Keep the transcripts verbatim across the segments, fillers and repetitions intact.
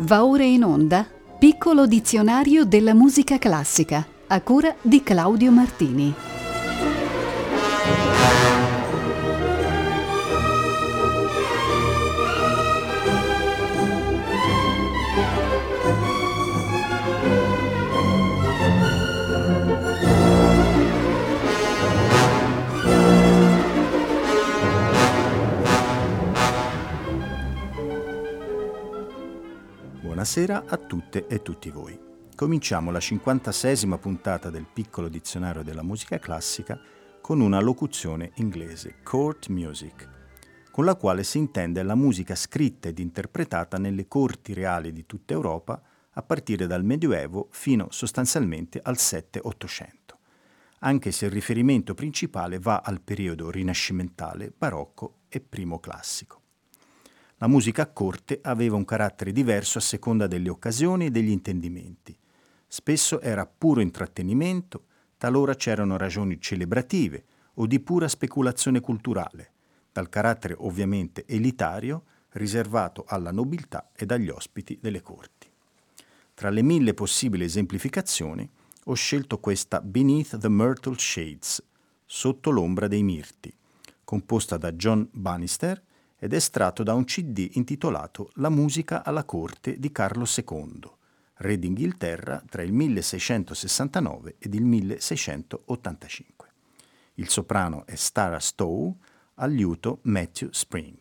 Va ora in onda Piccolo dizionario della musica classica, a cura di Claudio Martini. Buonasera a tutte e tutti voi. Cominciamo la cinquantaseiesima puntata del Piccolo dizionario della musica classica con una locuzione inglese, court music, con la quale si intende la musica scritta ed interpretata nelle corti reali di tutta Europa a partire dal Medioevo fino sostanzialmente al sette ottocento, anche se il riferimento principale va al periodo rinascimentale, barocco e primo classico. La musica a corte aveva un carattere diverso a seconda delle occasioni e degli intendimenti. Spesso era puro intrattenimento, talora c'erano ragioni celebrative o di pura speculazione culturale, dal carattere ovviamente elitario, riservato alla nobiltà ed agli ospiti delle corti. Tra le mille possibili esemplificazioni ho scelto questa Beneath the Myrtle Shades, sotto l'ombra dei mirti, composta da John Bannister ed estratto da un C D intitolato La musica alla corte di Carlo secondo, re d'Inghilterra tra il milleseicentosessantanove ed il milleseicentottantacinque. Il soprano è Stara Stowe, al liuto Matthew Spring.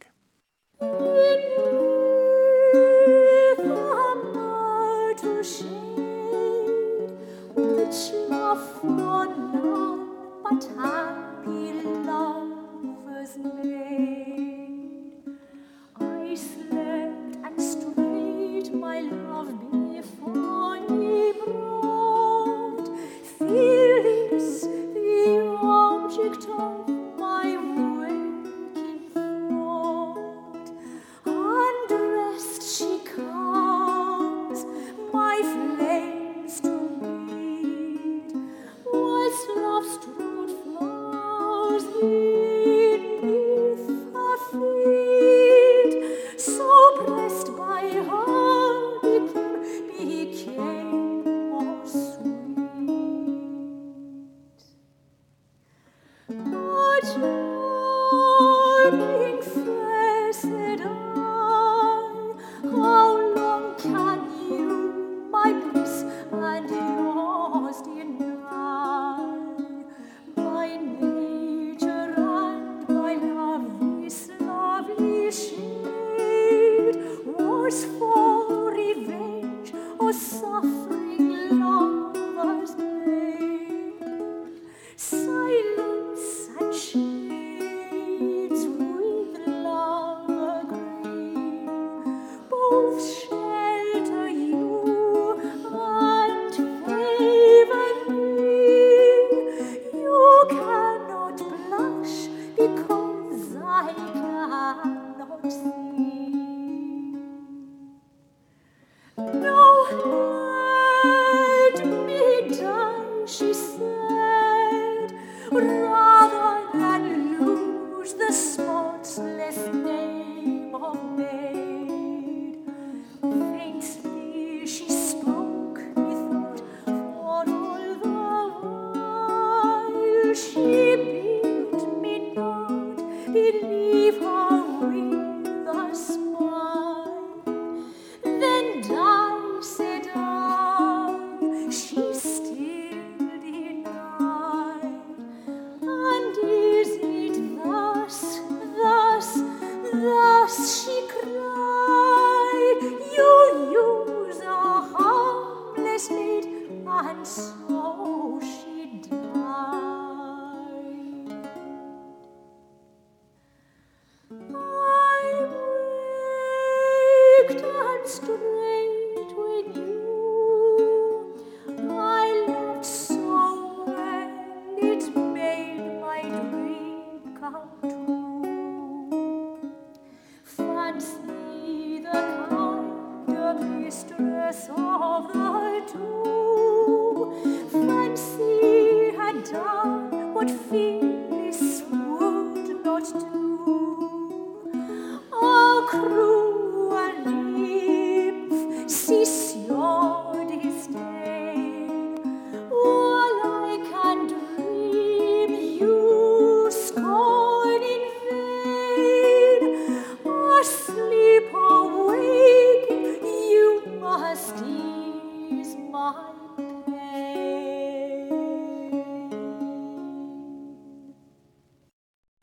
And so she died.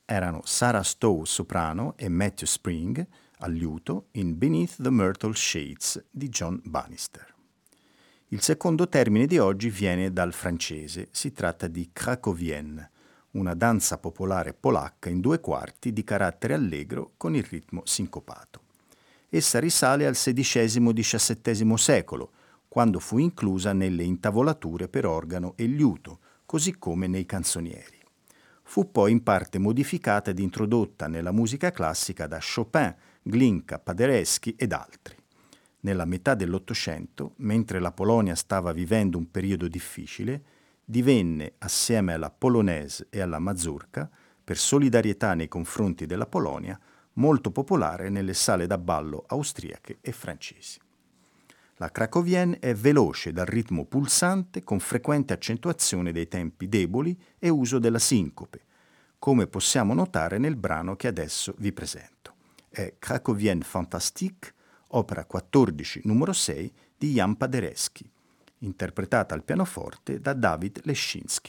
erano Sarah Stowe soprano e Matthew Spring al liuto in Beneath the Myrtle Shades di John Bannister. Il secondo termine di oggi viene dal francese, si tratta di Krakowienne, una danza popolare polacca in due quarti di carattere allegro con il ritmo sincopato. Essa risale al sedicesimo diciassettesimo secolo, quando fu inclusa nelle intavolature per organo e liuto, così come nei canzonieri. Fu poi in parte modificata ed introdotta nella musica classica da Chopin, Glinka, Paderewski ed altri. Nella metà dell'Ottocento, mentre la Polonia stava vivendo un periodo difficile, divenne, assieme alla polonaise e alla mazurka, per solidarietà nei confronti della Polonia, molto popolare nelle sale da ballo austriache e francesi. La Krakowienne è veloce dal ritmo pulsante con frequente accentuazione dei tempi deboli e uso della sincope, come possiamo notare nel brano che adesso vi presento. È Krakowienne Fantastique, opera quattordici, numero sei di Jan Paderewski, interpretata al pianoforte da David Leszczynski.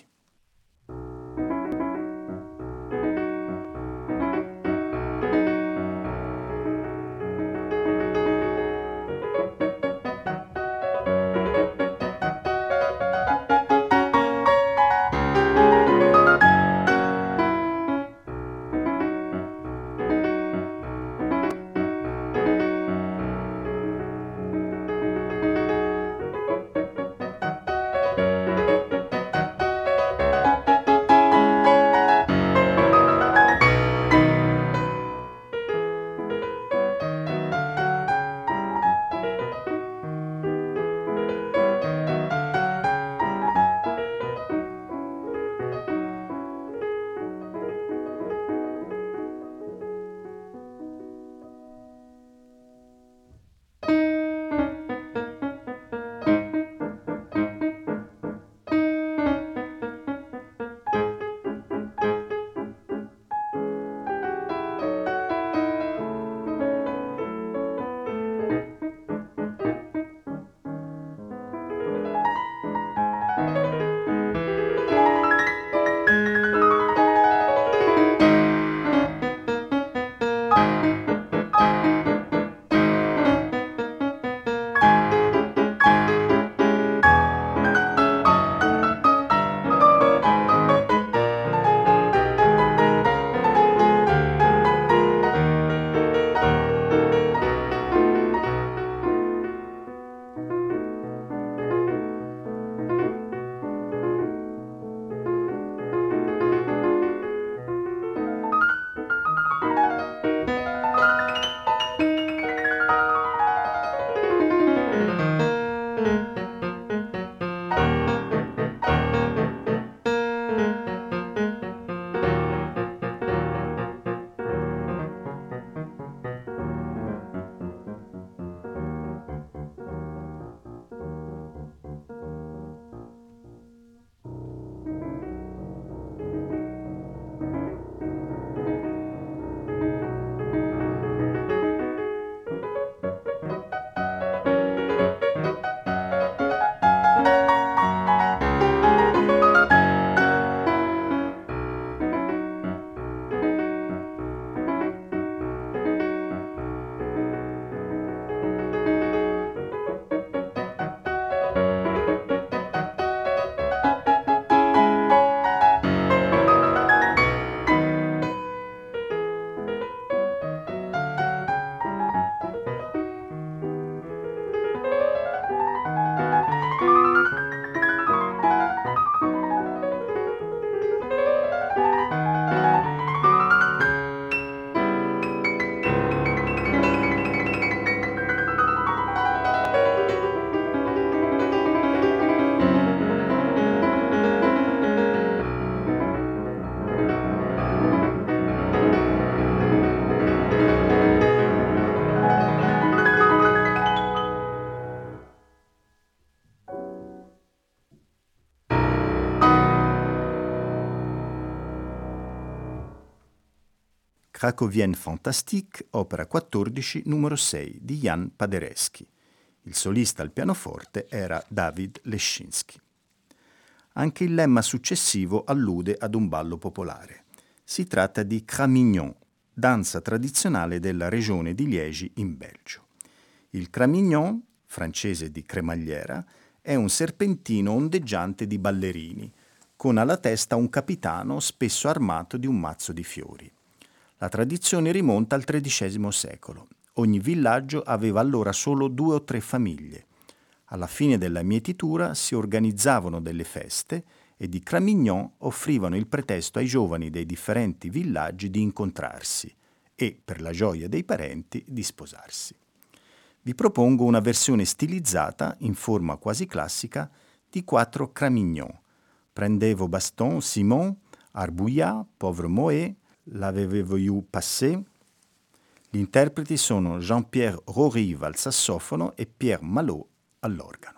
Krakowienne Fantastique, opera quattordici, numero sei di Jan Paderewski. Il solista al pianoforte era David Leszczynski. Anche il lemma successivo allude ad un ballo popolare. Si tratta di Cramignon, danza tradizionale della regione di Liegi in Belgio. Il Cramignon, francese di cremagliera, è un serpentino ondeggiante di ballerini, con alla testa un capitano spesso armato di un mazzo di fiori. La tradizione rimonta al tredicesimo secolo. Ogni villaggio aveva allora solo due o tre famiglie. Alla fine della mietitura si organizzavano delle feste e i Cramignon offrivano il pretesto ai giovani dei differenti villaggi di incontrarsi e, per la gioia dei parenti, di sposarsi. Vi propongo una versione stilizzata, in forma quasi classica, di quattro Cramignon. Prendevo baston, Simon, Arbouillat, Pauvre Moët, L'avez-vous passé? Gli interpreti sono Jean-Pierre Rorive al sassofono e Pierre Malot all'organo.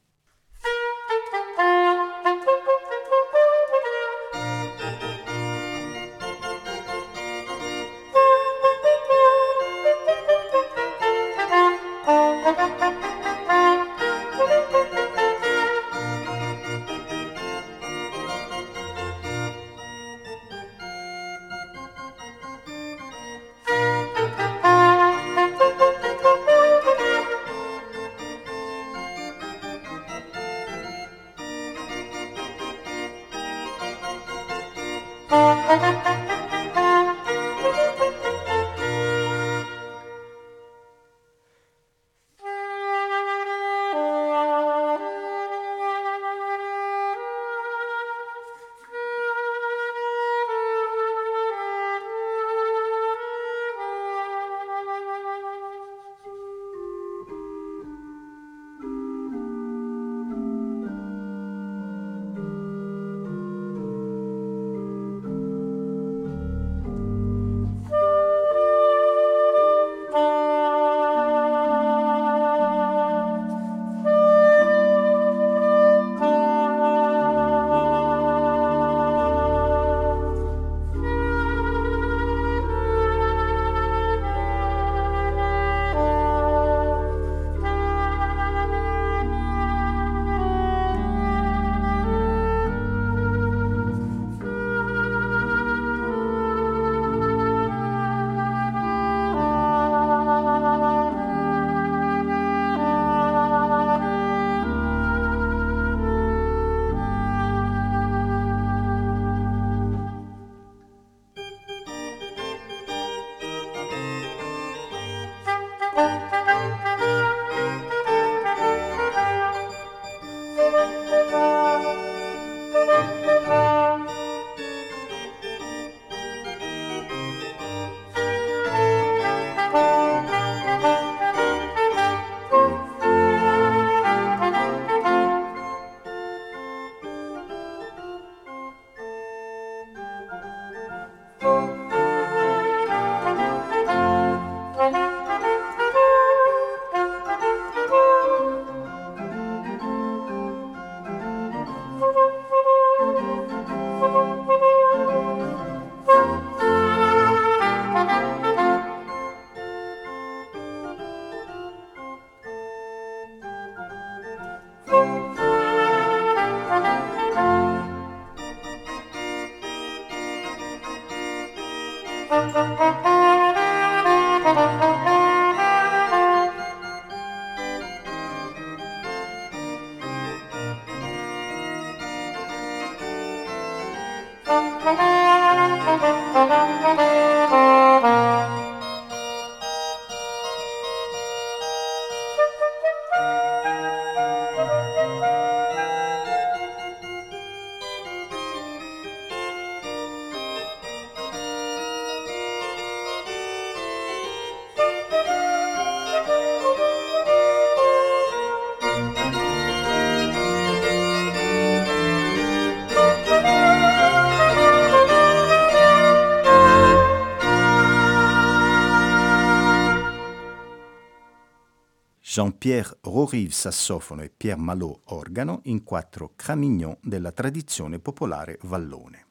Jean-Pierre Rorive sassofono e Pierre Malot organo in quattro Cramignon della tradizione popolare vallone.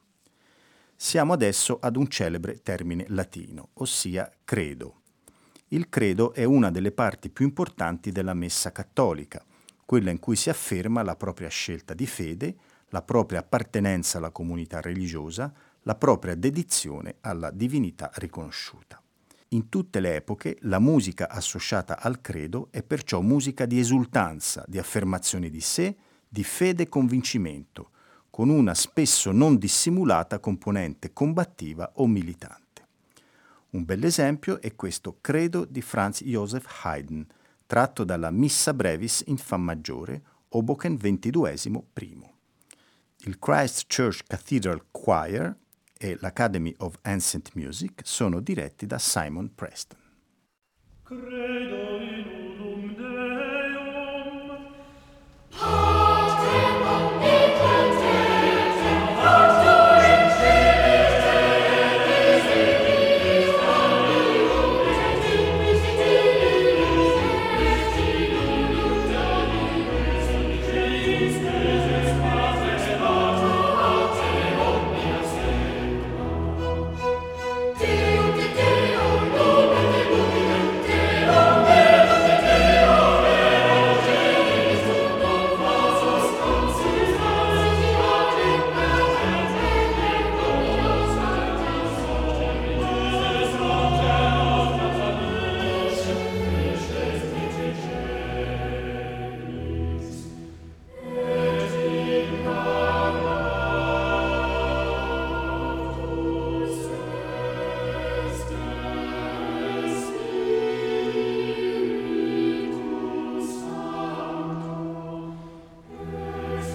Siamo adesso ad un celebre termine latino, ossia credo. Il credo è una delle parti più importanti della messa cattolica, quella in cui si afferma la propria scelta di fede, la propria appartenenza alla comunità religiosa, la propria dedizione alla divinità riconosciuta. In tutte le epoche la musica associata al credo è perciò musica di esultanza, di affermazione di sé, di fede e convincimento, con una spesso non dissimulata componente combattiva o militante. Un bell'esempio è questo Credo di Franz Joseph Haydn, tratto dalla Missa Brevis in Fa maggiore, Hoboken ventiduesimo primo. Il Christ Church Cathedral Choir e l'Academy of Ancient Music sono diretti da Simon Preston. Credo in unum Deum, Pater omnipotens, Autor in celis, et alium et invisibis, et in unum Dominus, Christus Jesus Pater, Pater omnia secula. Deum de Deo, lumen de lumen, Deum vero de Deo, vero, Deus unum falsus consus, transitiatem pater, Tene glorios Sanctus, Deus Pater, Nazarenus, Christus Christus Celis, et incarnatus est Spiritus Sancto, ex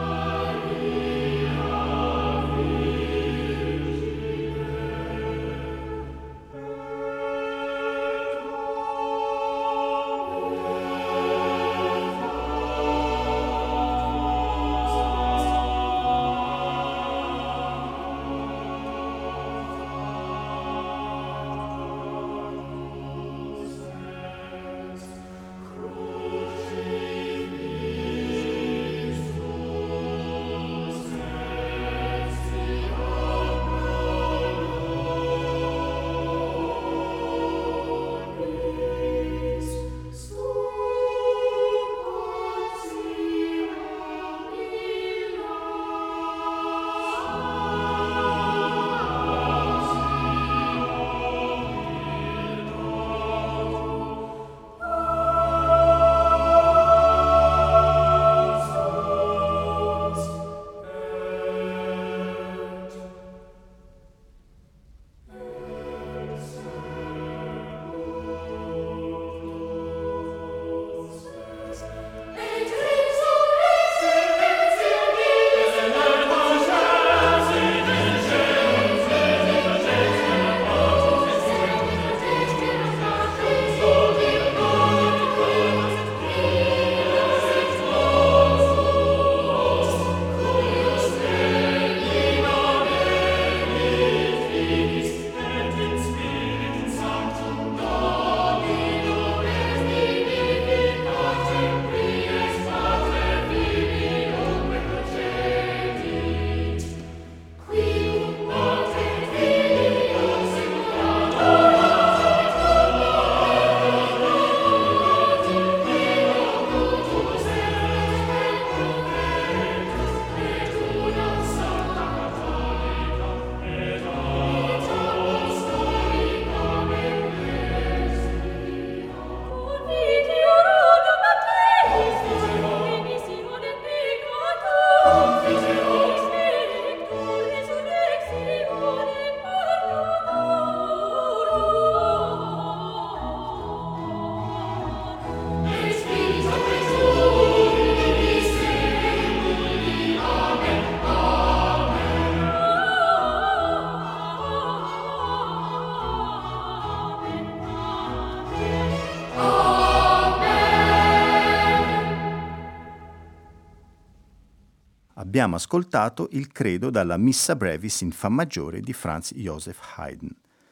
Abbiamo ascoltato il credo dalla Missa Brevis in Fa maggiore di Franz Joseph Haydn.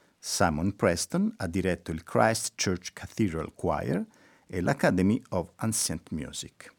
Simon Preston ha diretto il Christ Church Cathedral Choir e l'Academy of Ancient Music.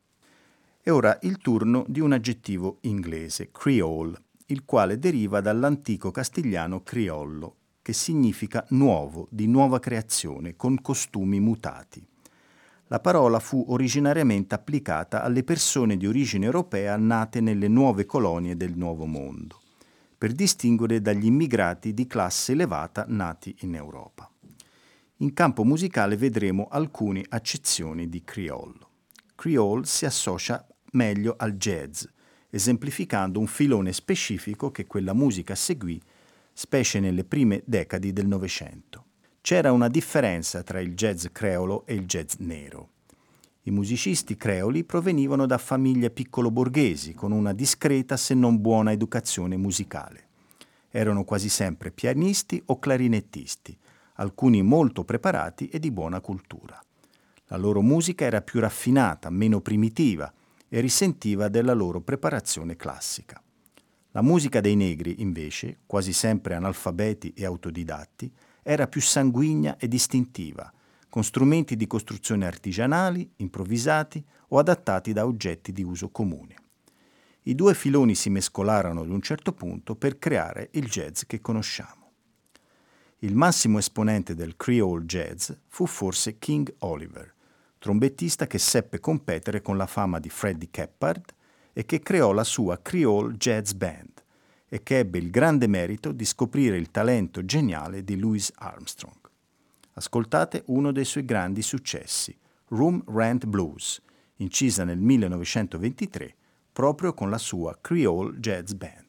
E ora il turno di un aggettivo inglese, creole, il quale deriva dall'antico castigliano criollo, che significa nuovo, di nuova creazione, con costumi mutati. La parola fu originariamente applicata alle persone di origine europea nate nelle nuove colonie del Nuovo Mondo. per distinguere dagli immigrati di classe elevata nati in Europa. In campo musicale vedremo alcune accezioni di Creole. Creole si associa meglio al jazz, esemplificando un filone specifico che quella musica seguì, specie nelle prime decadi del Novecento. C'era una differenza tra il jazz creolo e il jazz nero. I musicisti creoli provenivano da famiglie piccolo-borghesi con una discreta se non buona educazione musicale. Erano quasi sempre pianisti o clarinettisti, alcuni molto preparati e di buona cultura. La loro musica era più raffinata, meno primitiva e risentiva della loro preparazione classica. La musica dei negri, invece, quasi sempre analfabeti e autodidatti, era più sanguigna e distintiva, con strumenti di costruzione artigianali, improvvisati o adattati da oggetti di uso comune. I due filoni si mescolarono ad un certo punto per creare il jazz che conosciamo. Il massimo esponente del Creole jazz fu forse King Oliver, trombettista che seppe competere con la fama di Freddie Keppard e che creò la sua Creole Jazz Band e che ebbe il grande merito di scoprire il talento geniale di Louis Armstrong. Ascoltate uno dei suoi grandi successi, Room Rent Blues, incisa nel millenovecentoventitré proprio con la sua Creole Jazz Band.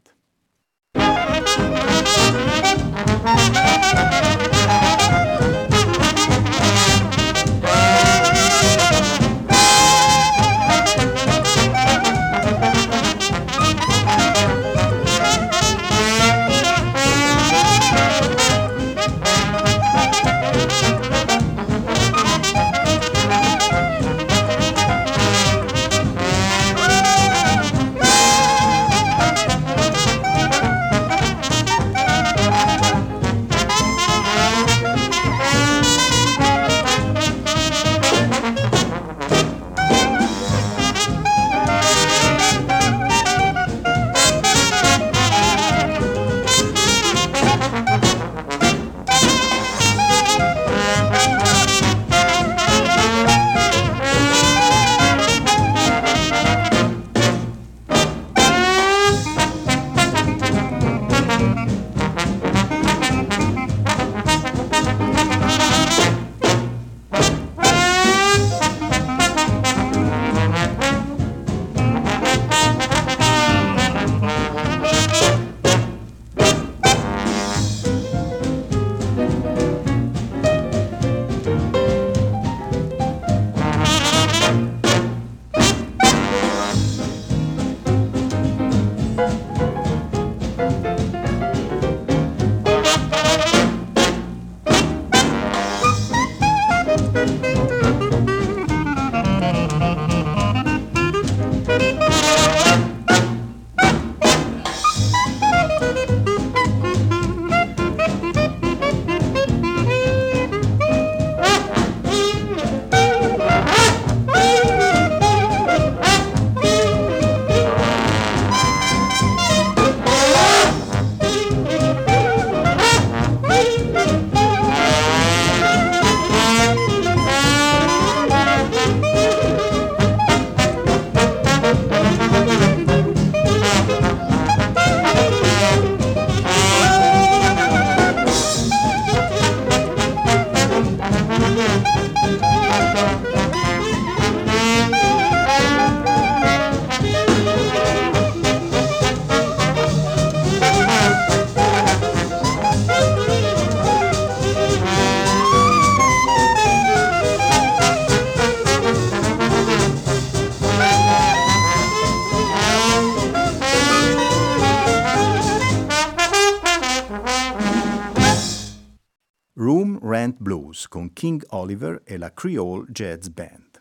Room Rent Blues con King Oliver e la Creole Jazz Band.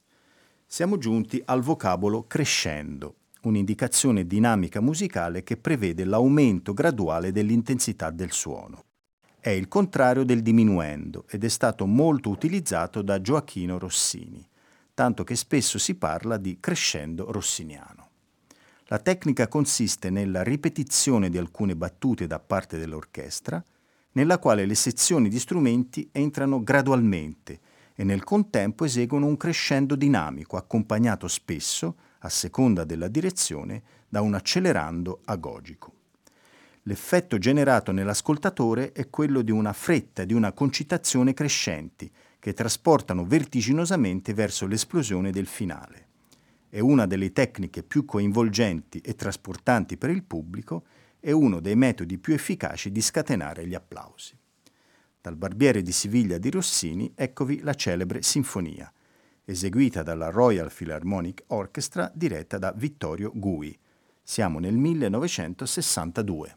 Siamo giunti al vocabolo crescendo, un'indicazione dinamica musicale che prevede l'aumento graduale dell'intensità del suono. È il contrario del diminuendo ed è stato molto utilizzato da Gioachino Rossini, tanto che spesso si parla di crescendo rossiniano. La tecnica consiste nella ripetizione di alcune battute da parte dell'orchestra, nella quale le sezioni di strumenti entrano gradualmente e nel contempo eseguono un crescendo dinamico accompagnato spesso, a seconda della direzione, da un accelerando agogico. L'effetto generato nell'ascoltatore è quello di una fretta e di una concitazione crescenti che trasportano vertiginosamente verso l'esplosione del finale. È una delle tecniche più coinvolgenti e trasportanti per il pubblico e uno dei metodi più efficaci di scatenare gli applausi. Dal Barbiere di Siviglia di Rossini, eccovi la celebre Sinfonia, eseguita dalla Royal Philharmonic Orchestra diretta da Vittorio Gui. Siamo nel millenovecentosessantadue.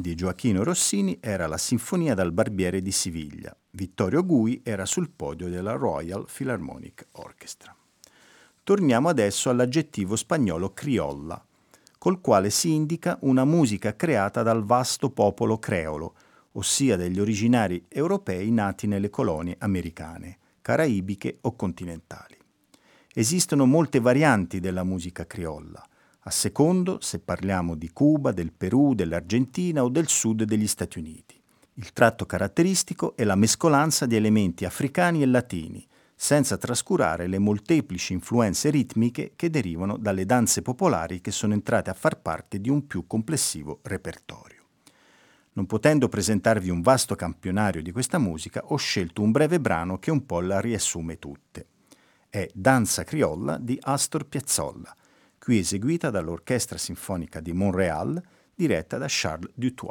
di Gioachino Rossini era la Sinfonia dal Barbiere di Siviglia. Vittorio Gui era sul podio della Royal Philharmonic Orchestra. Torniamo adesso all'aggettivo spagnolo criolla, col quale si indica una musica creata dal vasto popolo creolo, ossia degli originari europei nati nelle colonie americane, caraibiche o continentali. Esistono molte varianti della musica criolla, a secondo se parliamo di Cuba, del Perù, dell'Argentina o del sud degli Stati Uniti. Il tratto caratteristico è la mescolanza di elementi africani e latini, senza trascurare le molteplici influenze ritmiche che derivano dalle danze popolari che sono entrate a far parte di un più complessivo repertorio. Non potendo presentarvi un vasto campionario di questa musica, ho scelto un breve brano che un po' la riassume tutte. È Danza criolla di Astor Piazzolla, qui eseguita dall'Orchestra Sinfonica di Montréal, diretta da Charles Dutoit.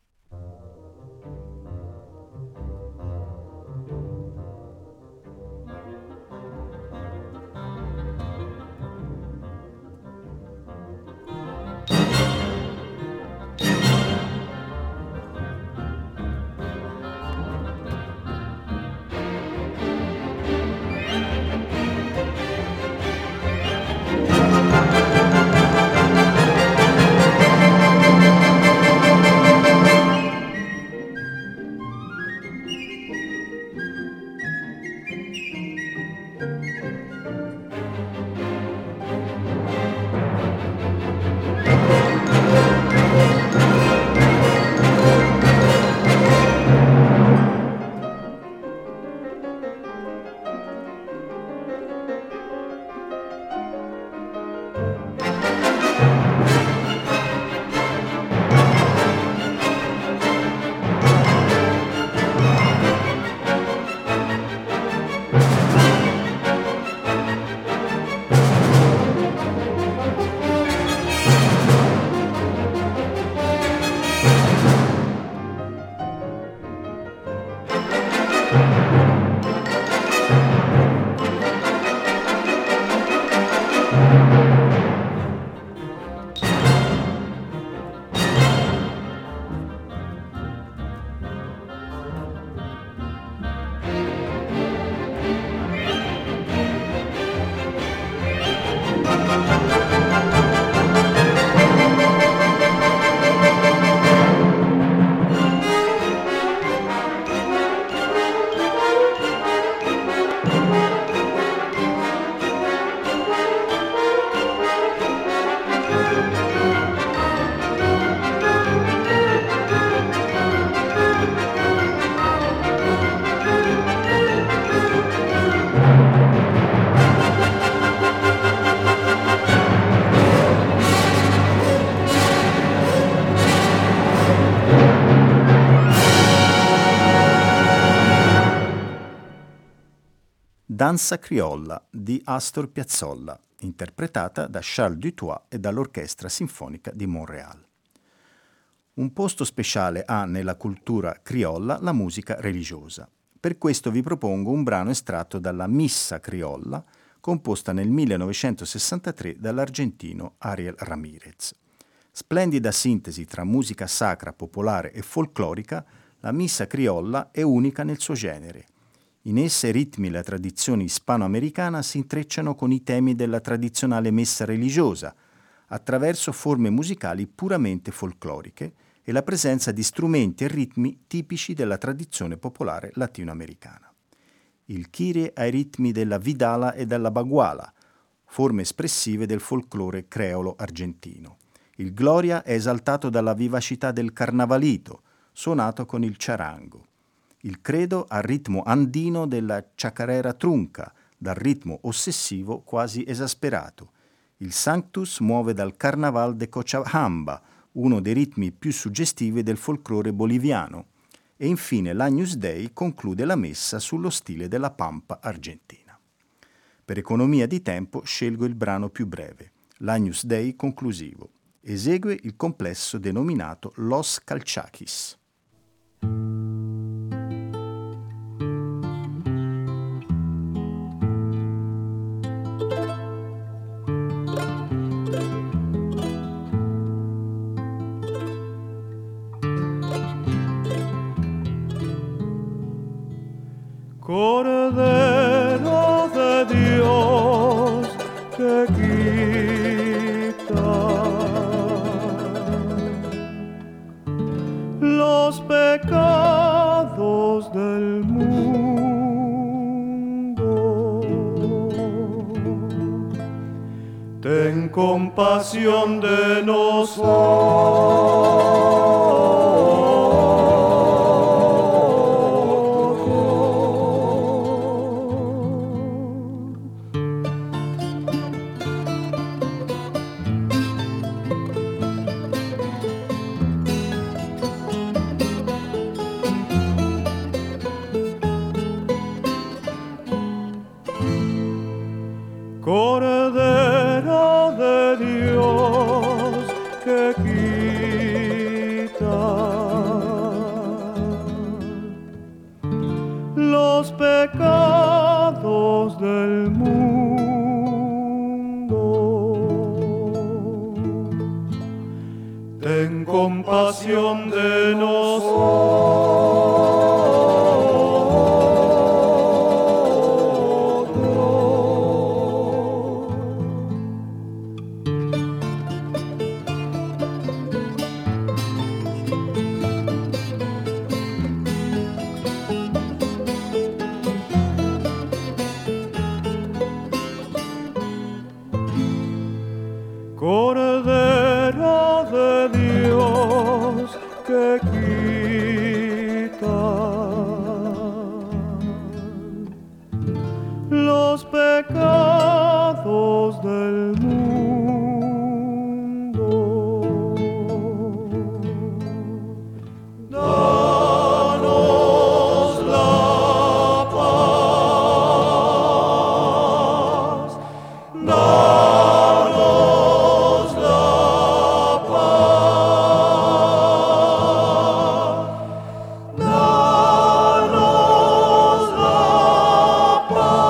Danza criolla di Astor Piazzolla, interpretata da Charles Dutoit e dall'Orchestra Sinfonica di Montréal. Un posto speciale ha nella cultura criolla la musica religiosa. Per questo vi propongo un brano estratto dalla Missa criolla, composta nel millenovecentosessantatré dall'argentino Ariel Ramírez. Splendida sintesi tra musica sacra, popolare e folclorica, la Missa criolla è unica nel suo genere. In essa i ritmi e la tradizione ispanoamericana si intrecciano con i temi della tradizionale messa religiosa, attraverso forme musicali puramente folcloriche e la presenza di strumenti e ritmi tipici della tradizione popolare latinoamericana. Il Kyrie ai ritmi della Vidala e della Baguala, forme espressive del folklore creolo argentino. Il Gloria è esaltato dalla vivacità del carnavalito, suonato con il charango. Il credo al ritmo andino della chacarera trunca, dal ritmo ossessivo quasi esasperato. Il Sanctus muove dal Carnaval de Cochabamba, uno dei ritmi più suggestivi del folklore boliviano. E infine l'Agnus Dei conclude la messa sullo stile della Pampa argentina. Per economia di tempo scelgo il brano più breve, l'Agnus Dei conclusivo. Esegue il complesso denominato Los Calchaquis. Cordero de Dios que quita los pecados del mundo. Ten compasión de nosotros. Cordero de Dios que quita los pecados del mundo. Ten compasión de nosotros. Cordero de Dios que quita los pecados del mundo. Danos la paz. Danos la paz. Danos la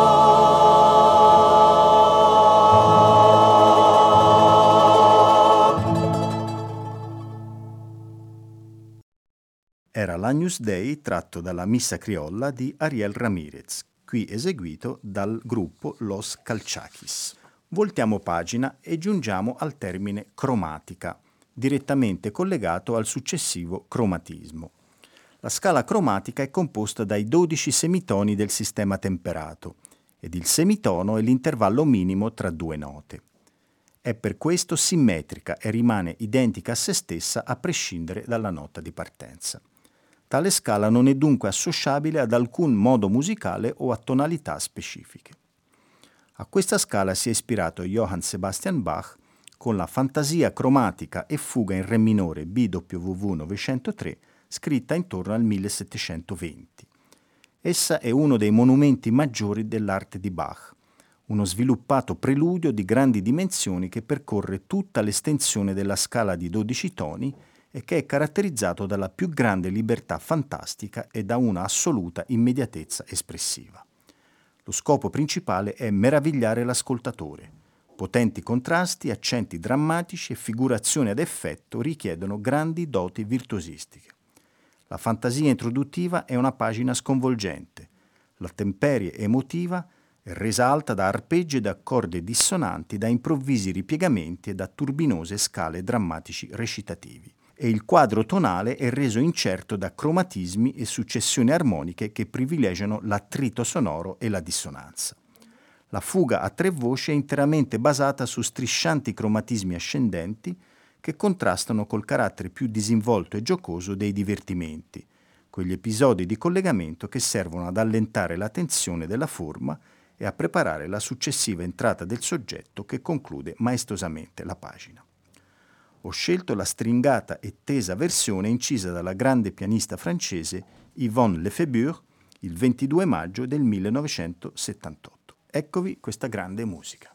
Era l'Agnus Dei tratto dalla Missa Criolla di Ariel Ramirez, qui eseguito dal gruppo Los Calchaquis. Voltiamo pagina e giungiamo al termine cromatica, direttamente collegato al successivo cromatismo. La scala cromatica è composta dai dodici semitoni del sistema temperato ed il semitono è l'intervallo minimo tra due note. È per questo simmetrica e rimane identica a se stessa a prescindere dalla nota di partenza. Tale scala non è dunque associabile ad alcun modo musicale o a tonalità specifiche. A questa scala si è ispirato Johann Sebastian Bach con la Fantasia cromatica e fuga in re minore B W V novecentotre, scritta intorno al millesettecentoventi. Essa è uno dei monumenti maggiori dell'arte di Bach, uno sviluppato preludio di grandi dimensioni che percorre tutta l'estensione della scala di dodici toni e che è caratterizzato dalla più grande libertà fantastica e da una assoluta immediatezza espressiva. Lo scopo principale è meravigliare l'ascoltatore. Potenti contrasti, accenti drammatici e figurazioni ad effetto richiedono grandi doti virtuosistiche. La fantasia introduttiva è una pagina sconvolgente. La temperie emotiva è resa alta da arpeggi ed accordi dissonanti, da improvvisi ripiegamenti e da turbinose scale drammatici recitativi. E il quadro tonale è reso incerto da cromatismi e successioni armoniche che privilegiano l'attrito sonoro e la dissonanza. La fuga a tre voci è interamente basata su striscianti cromatismi ascendenti che contrastano col carattere più disinvolto e giocoso dei divertimenti, quegli episodi di collegamento che servono ad allentare la tensione della forma e a preparare la successiva entrata del soggetto che conclude maestosamente la pagina. Ho scelto la stringata e tesa versione incisa dalla grande pianista francese Yvonne Lefébure il ventidue maggio del millenovecentosettantotto. Eccovi questa grande musica.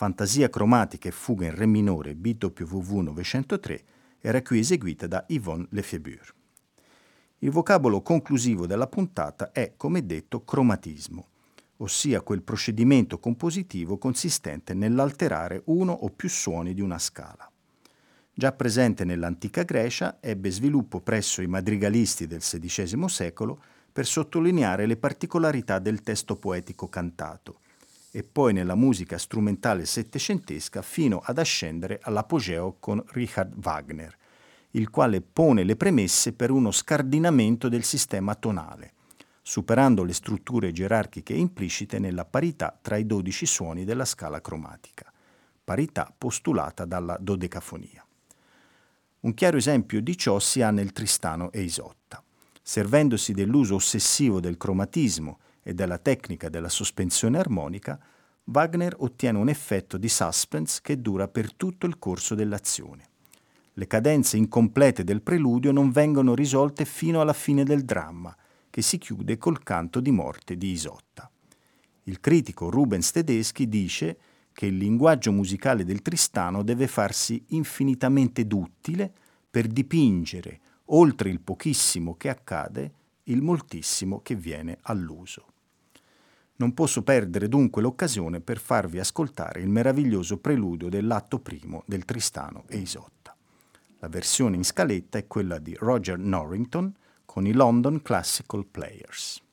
Fantasia cromatica e fuga in re minore B W V novecentotré era qui eseguita da Yvonne Lefebvre. Il vocabolo conclusivo della puntata è, come detto, cromatismo, ossia quel procedimento compositivo consistente nell'alterare uno o più suoni di una scala. Già presente nell'antica Grecia, ebbe sviluppo presso i madrigalisti del sedicesimo secolo per sottolineare le particolarità del testo poetico cantato, e poi nella musica strumentale settecentesca fino ad ascendere all'apogeo con Richard Wagner, il quale pone le premesse per uno scardinamento del sistema tonale, superando le strutture gerarchiche implicite nella parità tra i dodici suoni della scala cromatica, parità postulata dalla dodecafonia. Un chiaro esempio di ciò si ha nel Tristano e Isotta. Servendosi dell'uso ossessivo del cromatismo e della tecnica della sospensione armonica, Wagner ottiene un effetto di suspense che dura per tutto il corso dell'azione. Le cadenze incomplete del preludio non vengono risolte fino alla fine del dramma, che si chiude col canto di morte di Isotta. Il critico Rubens Tedeschi dice che il linguaggio musicale del Tristano deve farsi infinitamente duttile per dipingere, oltre il pochissimo che accade, il moltissimo che viene all'uso. Non posso perdere dunque l'occasione per farvi ascoltare il meraviglioso preludio dell'atto primo del Tristano e Isotta. La versione in scaletta è quella di Roger Norrington con i London Classical Players.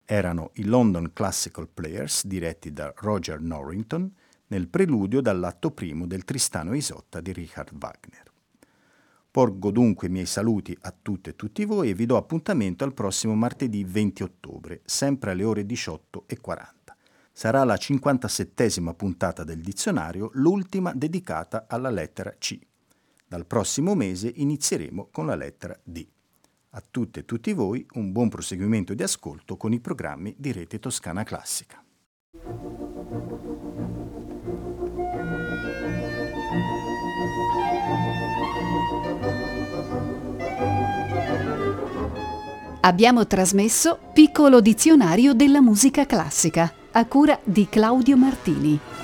Erano i London Classical Players, diretti da Roger Norrington, nel preludio dall'atto primo del Tristano e Isotta di Richard Wagner. Porgo dunque i miei saluti a tutte e tutti voi e vi do appuntamento al prossimo martedì venti ottobre, sempre alle ore diciotto e quaranta. Sarà la cinquantasettesima puntata del dizionario, l'ultima dedicata alla lettera C. Dal prossimo mese inizieremo con la lettera D. A tutte e tutti voi un buon proseguimento di ascolto con i programmi di Rete Toscana Classica. Abbiamo trasmesso Piccolo dizionario della musica classica, a cura di Claudio Martini.